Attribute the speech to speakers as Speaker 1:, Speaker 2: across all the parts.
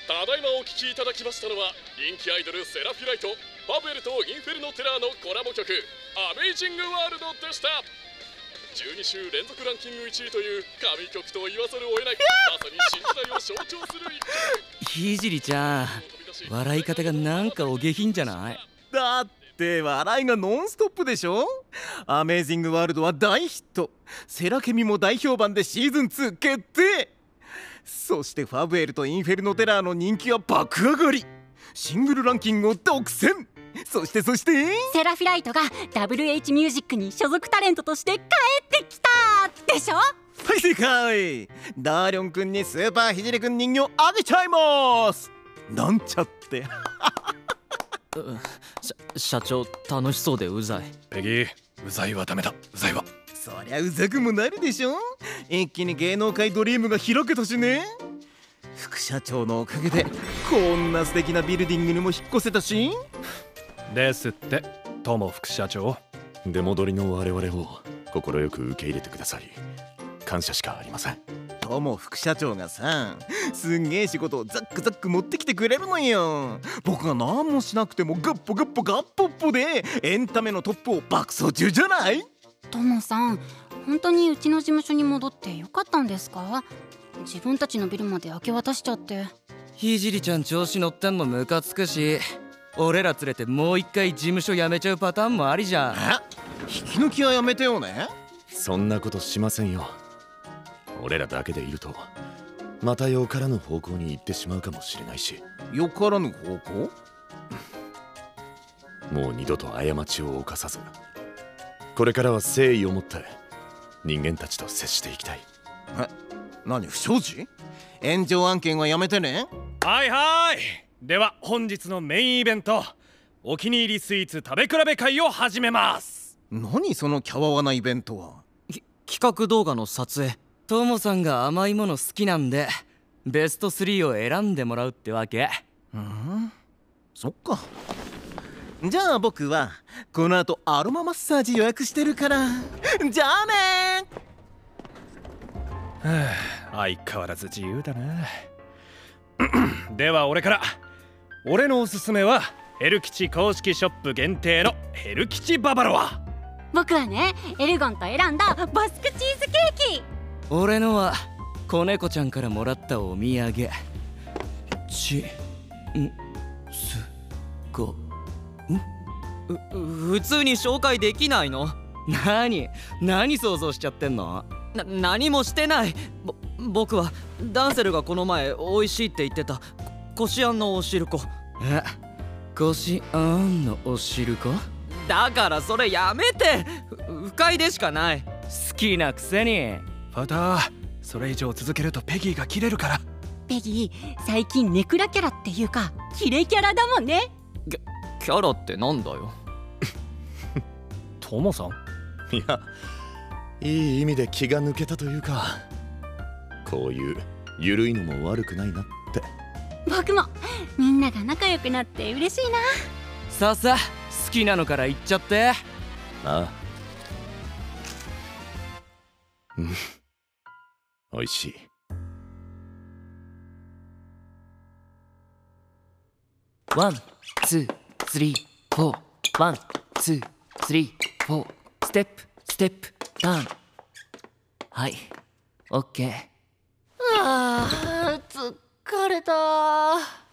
Speaker 1: ただいまお聴きいただきましたのは、人気アイドルセラフィライト、ファブエルとインフェルノテラーのコラボ曲「アメイジングワールド」でした。12週連続ランキング1位という神曲と言わざるを得ない、まさに新時代を象徴する一曲。
Speaker 2: ひじりちゃん、笑い方がなんかお下品じゃない？
Speaker 3: だって笑いがノンストップでしょ。アメージングワールドは大ヒット、セラケミも大評判でシーズン2決定。そしてファブエルとインフェルノテラーの人気は爆上がり、シングルランキングを独占。そして
Speaker 4: セラフィライトが WH ミュージックに所属タレントとして帰ってきたでしょ。
Speaker 3: はい正解。ダーリョンくんにスーパーひじりくん人形あげちゃいます。なんちゃって
Speaker 2: 社長楽しそうでうざい。
Speaker 5: ペギー、うざいはダメだ。うざいは
Speaker 3: そりゃうざくもなるでしょ。一気に芸能界ドリームが開けたしね。副社長のおかげでこんな素敵なビルディングにも引っ越せたし
Speaker 5: ですって、友副社長。
Speaker 6: 出戻りの我々を快く受け入れてくださり感謝しかありません。
Speaker 3: 友副社長がさ、すんげえ仕事をザックザック持ってきてくれるのよ。僕が何もしなくてもガッポガッポガッポッポでエンタメのトップを爆走中じゃない。
Speaker 4: トモさん、本当にうちの事務所に戻ってよかったんですか？自分たちのビルまで明け渡しちゃって。
Speaker 2: ひじりちゃん調子乗ってんのムカつくし、俺ら連れてもう一回事務所辞めちゃうパターンもありじゃん。
Speaker 3: 引き抜きはやめてよね。
Speaker 6: そんなことしませんよ。俺らだけでいるとまたよからぬ方向に行ってしまうかもしれないし。
Speaker 3: よからぬ方向？
Speaker 6: もう二度と過ちを犯さず、これからは誠意を持って人間たちと接していきたい。
Speaker 3: 何不祥事？炎上案件はやめてね。
Speaker 5: はいはい。では本日のメインイベント、お気に入りスイーツ食べ比べ会を始めます。
Speaker 3: 何そのキャワワなイベントは。
Speaker 2: 企画動画の撮影。トモさんが甘いもの好きなんでベスト3を選んでもらうってわけ。
Speaker 3: そっか。じゃあ僕はこの後アロママッサージ予約してるから、じゃあね
Speaker 5: 相変わらず自由だなでは俺から。俺のおすすめはヘル吉公式ショップ限定のヘル吉ババロア。
Speaker 4: 僕はね、エルゴンと選んだバスクチーズケーキ。
Speaker 2: 俺のは子猫ちゃんからもらったお土産。普通に紹介できないの？何想像しちゃってんの？何もしてない。僕はダンセルがこの前美味しいって言ってたこしあんのおしるこ。こしあんのおしるこ？だからそれやめて。不快でしかない。好きなくせに。
Speaker 5: ファター、それ以上続けるとペギーがキレるから。
Speaker 4: ペギー、最近ネクラキャラっていうかキレキャラだもんね。
Speaker 2: キャラってなんだよ
Speaker 5: トモさん？
Speaker 6: いや、いい意味で気が抜けたというか、こういうゆるいのも悪くないなって。
Speaker 4: 僕もみんなが仲良くなって嬉しいな。
Speaker 2: さ好きなのから言っちゃって。
Speaker 6: ああ、おいしい。
Speaker 2: ワン、ツー、スリー、フォー。ワン、ツー、スリー、フォー。ステップ、ステップ、ターン。はい、オッケー。
Speaker 4: 疲れた。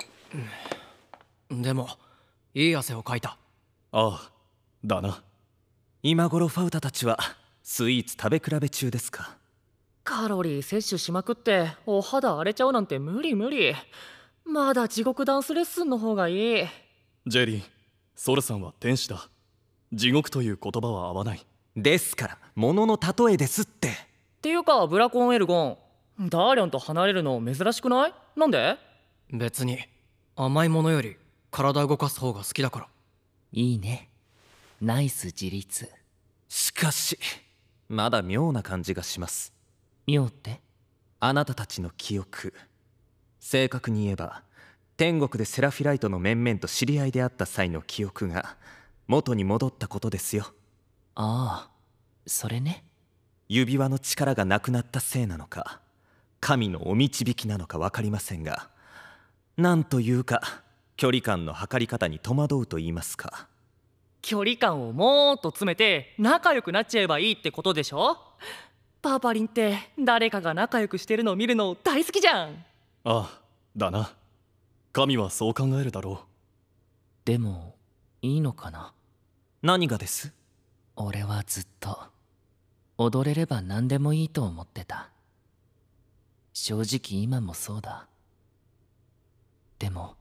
Speaker 2: でもいい汗をかいた。
Speaker 7: ああ、だな。今頃ファウタたちはスイーツ食べ比べ中ですか？
Speaker 8: カロリー摂取しまくってお肌荒れちゃうなんて無理。まだ地獄ダンスレッスンの方がいい。
Speaker 7: ジェリー、ソルさんは天使だ。地獄という言葉は合わない。
Speaker 3: ですから、物の例えですって。
Speaker 8: っていうかブラコンエルゴン、ダーリョンと離れるの珍しくない？なんで？
Speaker 2: 別に甘いものより体動かす方が好きだから。
Speaker 9: いいね、ナイス自立。
Speaker 7: しかしまだ妙な感じがします。
Speaker 9: 妙って？
Speaker 7: あなたたちの記憶、正確に言えば天国でセラフィライトの面々と知り合いであった際の記憶が元に戻ったことですよ。
Speaker 9: ああ、それね。
Speaker 7: 指輪の力がなくなったせいなのか、神のお導きなのか分かりませんが、 なんというか距離感の測り方に戸惑うと言いますか。
Speaker 8: 距離感をもっと詰めて仲良くなっちゃえばいいってことでしょ。パパリンって誰かが仲良くしてるのを見るの大好きじゃん。
Speaker 1: ああ、だな。神はそう考えるだろう。
Speaker 9: でもいいのかな。
Speaker 7: 何がです？
Speaker 9: 俺はずっと踊れれば何でもいいと思ってた。正直今もそうだ。でも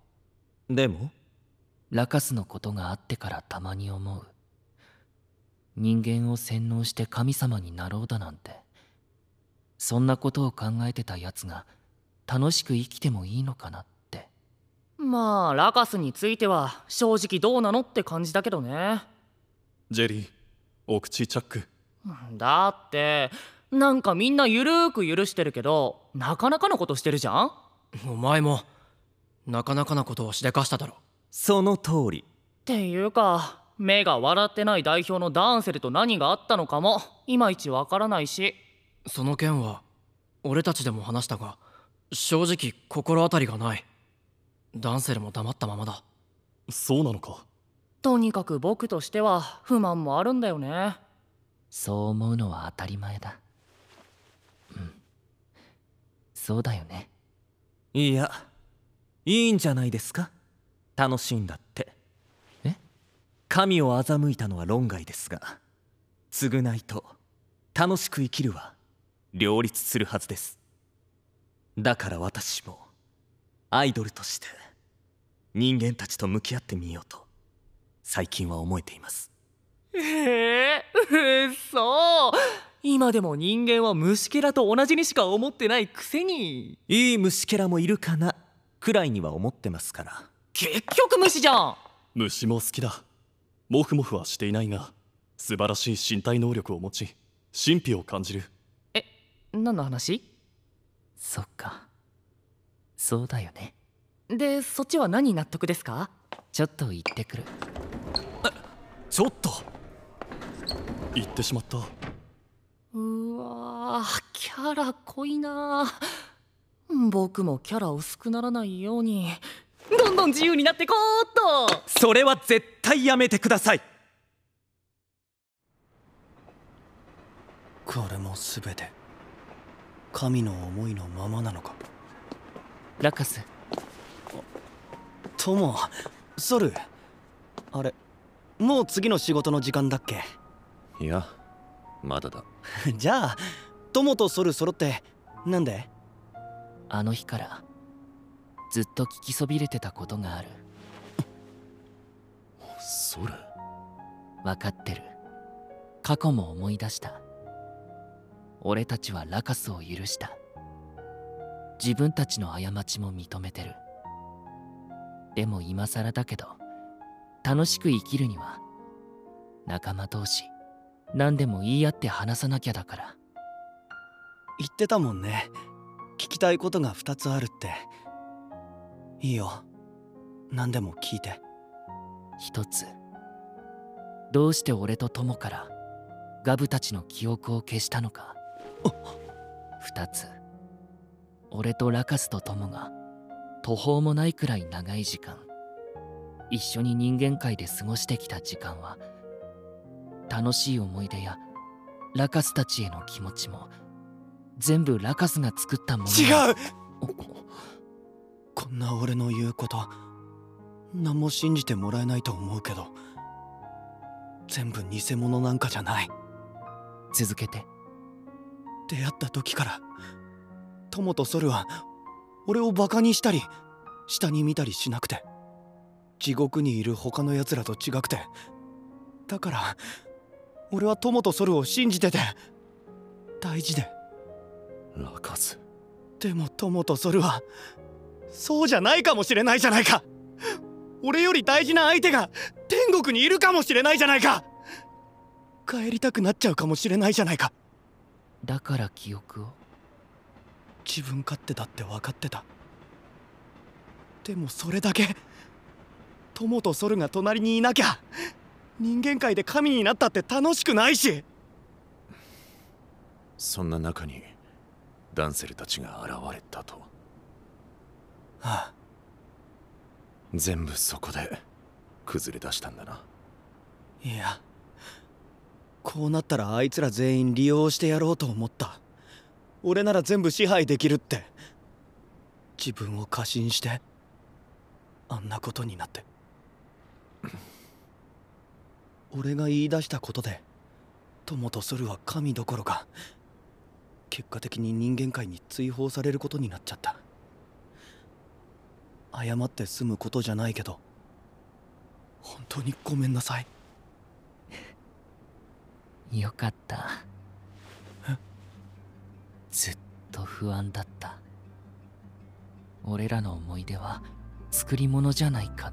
Speaker 9: ラカスのことがあってからたまに思う。人間を洗脳して神様になろうだなんて、そんなことを考えてたやつが楽しく生きてもいいのかなって。
Speaker 8: まあラカスについては正直どうなのって感じだけどね。
Speaker 1: ジェリー、お口チャック。
Speaker 8: だってなんかみんなゆるーく許してるけどなかなかのことしてるじゃん。
Speaker 10: お前もなかなかなことをしでかしただろ。
Speaker 7: その通り。
Speaker 8: っていうか目が笑ってない代表のダンセルと何があったのかもいまいちわからないし。
Speaker 10: その件は俺たちでも話したが、正直心当たりがない。ダンセルも黙ったままだ。
Speaker 1: そうなのか。
Speaker 8: とにかく僕としては不満もあるんだよね。
Speaker 9: そう思うのは当たり前だ。そうだよね。
Speaker 7: いや、いいんじゃないですか。楽しいんだって。神を欺いたのは論外ですが、償いと楽しく生きるは両立するはずです。だから私もアイドルとして人間たちと向き合ってみようと最近は思えています。
Speaker 8: そう今でも人間は虫けらと同じにしか思ってないくせに。
Speaker 7: いい虫けらもいるかなくらいには思ってますから。
Speaker 8: 結局虫じゃん。
Speaker 1: 虫も好きだ。モフモフはしていないが素晴らしい身体能力を持ち神秘を感じる。
Speaker 8: 何の話？
Speaker 9: そっか、そうだよね。
Speaker 8: でそっちは何納得ですか？
Speaker 9: ちょっと行ってくる。
Speaker 7: ちょっと
Speaker 1: 言ってしまった。
Speaker 8: うわー、キャラ濃いな。僕もキャラ薄くならないようにどんどん自由になってこーっと。
Speaker 7: それは絶対やめてください。
Speaker 10: これも全て神の思いのままなのか。
Speaker 9: ラカス。
Speaker 10: トモ、ソル、あれもう次の仕事の時間だっけ？
Speaker 6: いや、まだだ。
Speaker 10: じゃあトモとソル揃ってなんで？
Speaker 9: あの日からずっと聞きそびれてたことがある。
Speaker 6: ソル。
Speaker 9: 分かってる。過去も思い出した。俺たちはラカスを許した。自分たちの過ちも認めてる。でも今更だけど楽しく生きるには仲間同士何でも言い合って話さなきゃだから。
Speaker 10: 言ってたもんね、聞きたいことが2つあるって。いいよ、何でも聞いて。
Speaker 9: 一つ、どうして俺と友からガブたちの記憶を消したのか。二つ、俺とラカスと友が途方もないくらい長い時間一緒に人間界で過ごしてきた時間は、楽しい思い出やラカスたちへの気持ちも全部ラカスが作ったもの。
Speaker 10: 違うこんな俺の言うこと何も信じてもらえないと思うけど、全部偽物なんかじゃない。
Speaker 9: 続けて。
Speaker 10: 出会った時から友とソルは俺をバカにしたり下に見たりしなくて、地獄にいる他のやつらと違くて、だから俺は友とソルを信じてて大事で。
Speaker 6: ラカス。
Speaker 10: でも友とソルはそうじゃないかもしれないじゃないか。俺より大事な相手が天国にいるかもしれないじゃないか。帰りたくなっちゃうかもしれないじゃないか。
Speaker 9: だから記憶を。
Speaker 10: 自分勝手だって分かってた。でもそれだけ友とソルが隣にいなきゃ人間界で神になったって楽しくないし。
Speaker 6: そんな中にダンセルたちが現れたと。
Speaker 10: ああ、
Speaker 6: 全部そこで崩れ出したんだな。
Speaker 10: いや、こうなったらあいつら全員利用してやろうと思った。俺なら全部支配できるって。自分を過信してあんなことになって。俺が言い出したことで友とソルは神どころか結果的に人間界に追放されることになっちゃった。謝って済むことじゃないけど本当にごめんなさい。
Speaker 9: よかった。ずっと不安だった。俺らの思い出は作り物じゃないかって。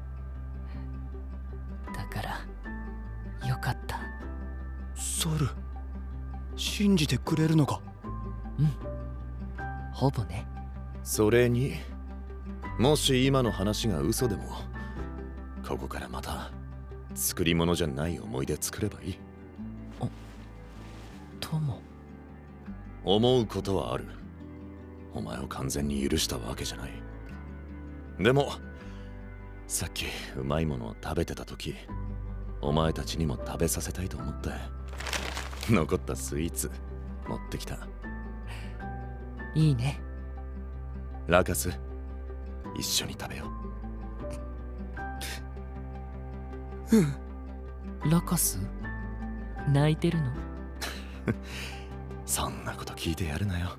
Speaker 9: だからよかった。
Speaker 10: ソル、信じてくれるのか？
Speaker 9: うん、ほぼね。
Speaker 6: それにもし今の話が嘘でもここからまた作り物じゃない思い出作ればいい。
Speaker 9: 友、
Speaker 6: 思うことはある。お前を完全に許したわけじゃない。でもさっきうまいものを食べてた時、お前たちにも食べさせたいと思って残ったスイーツ持ってきた。
Speaker 9: いいね。
Speaker 6: ラカス、一緒に食べよ
Speaker 9: う。ラカス、泣いてるの？
Speaker 6: そんなこと聞いてやるなよ。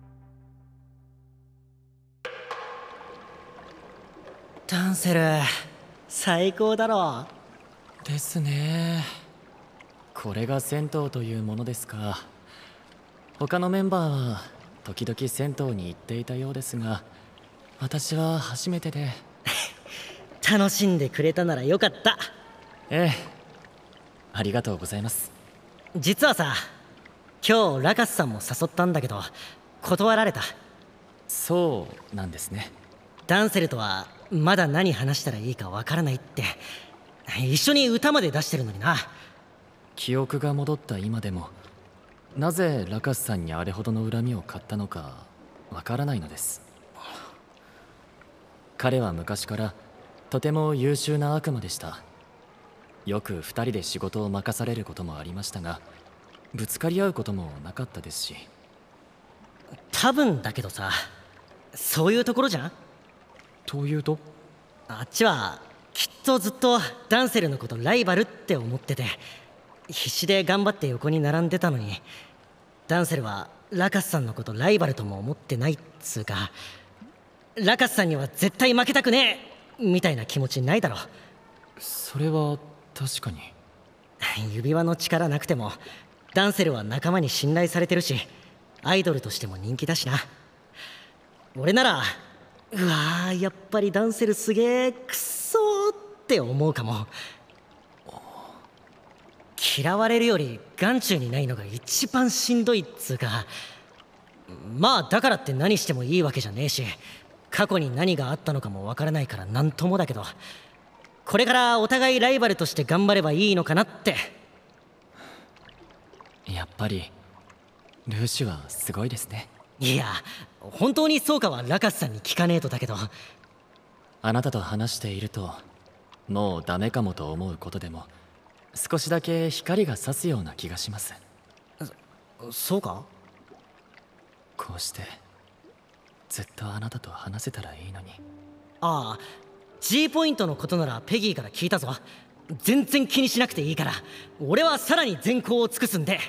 Speaker 2: ダンセル、最高だろ。
Speaker 7: ですね。これが銭湯というものですか。他のメンバーは時々銭湯に行っていたようですが、私は初めてで。
Speaker 2: 楽しんでくれたならよかった。
Speaker 7: ええ、ありがとうございます。
Speaker 2: 実はさ、今日ラカスさんも誘ったんだけど断られた。
Speaker 7: そうなんですね。
Speaker 2: ダンセルとはまだ何話したらいいかわからないって。一緒に歌まで出してるのにな。
Speaker 7: 記憶が戻った今でもなぜラカスさんにあれほどの恨みを買ったのかわからないのです。彼は昔からとても優秀な悪魔でした。よく二人で仕事を任されることもありましたが、ぶつかり合うこともなかったですし。
Speaker 2: 多分だけどさ、そういうところじゃん。
Speaker 7: というと？
Speaker 2: あっちはきっとずっとダンセルのことライバルって思ってて必死で頑張って横に並んでたのに、ダンセルはラカスさんのことライバルとも思ってないっつうか、ラカスさんには絶対負けたくねえみたいな気持ちないだろ。
Speaker 7: それは確かに。
Speaker 2: 指輪の力なくてもダンセルは仲間に信頼されてるし、アイドルとしても人気だしな。俺ならうわー、やっぱりダンセルすげえくっそーって思うかも。嫌われるより眼中にないのが一番しんどいっつうか、まあだからって何してもいいわけじゃねえし、過去に何があったのかもわからないから何ともだけど、これからお互いライバルとして頑張ればいいのかなって。
Speaker 7: やっぱりルーシュはすごいですね。
Speaker 2: いや、本当にそうかはラカスさんに聞かねえとだけど。
Speaker 7: あなたと話しているともうダメかもと思うことでも少しだけ光が差すような気がします。
Speaker 2: そうか？
Speaker 7: こうしてずっとあなたと話せたらいいのに。
Speaker 2: ああ、G ポイントのことならペギーから聞いたぞ。全然気にしなくていいから、俺はさらに全功を尽くすんで。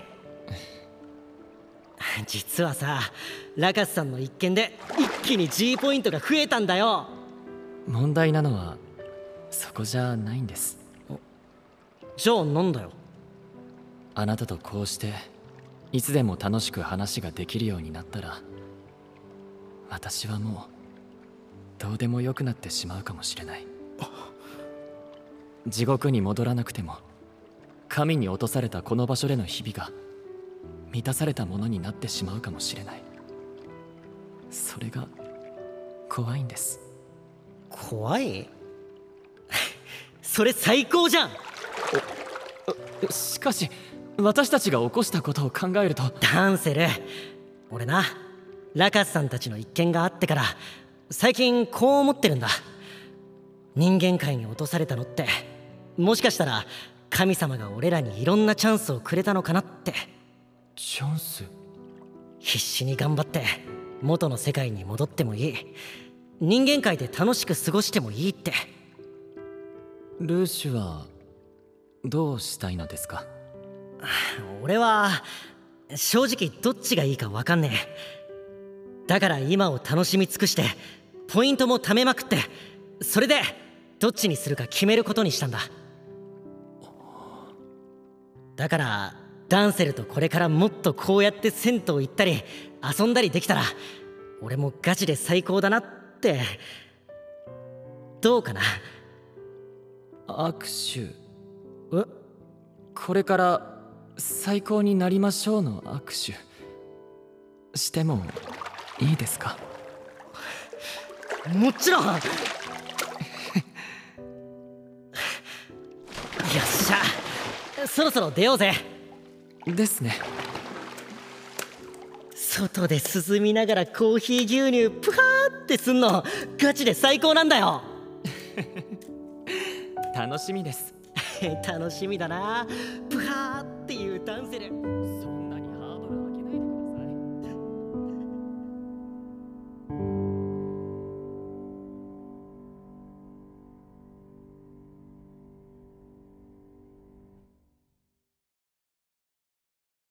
Speaker 2: 実はさ、ラカスさんの一件で一気に G ポイントが増えたんだよ。
Speaker 7: 問題なのはそこじゃないんです。
Speaker 2: じゃあなんだよ。
Speaker 7: あなたとこうしていつでも楽しく話ができるようになったら、私はもうどうでもよくなってしまうかもしれない。地獄に戻らなくても神に落とされたこの場所での日々が満たされたものになってしまうかもしれない。それが怖いんです。
Speaker 2: 怖い？それ最高じゃん。
Speaker 7: しかし私たちが起こしたことを考えると。
Speaker 2: ダンセル、俺な、ラカスさんたちの一件があってから最近こう思ってるんだ。
Speaker 11: 人間界に落とされたのって、もしかしたら神様が俺らにいろんなチャンスをくれたのかなって。
Speaker 7: チャンス？
Speaker 11: 必死に頑張って元の世界に戻ってもいい、人間界で楽しく過ごしてもいいって。
Speaker 7: ルーシュはどうしたいのですか？
Speaker 11: 俺は正直どっちがいいか分かんねえ。だから今を楽しみ尽くしてポイントも貯めまくって、それでどっちにするか決めることにしたんだ。だからダンセルとこれからもっとこうやって銭湯行ったり遊んだりできたら俺もガチで最高だなって。どうかな？
Speaker 7: 握手。これから最高になりましょうの握手してもいいですか？
Speaker 11: もちろんよっしゃ、そろそろ出ようぜ。
Speaker 7: ですね。
Speaker 11: 外で涼みながらコーヒー牛乳プハーってすんのガチで最高なんだよ。
Speaker 7: 楽しみです。
Speaker 11: 楽しみだな、プハーっていうダンセル。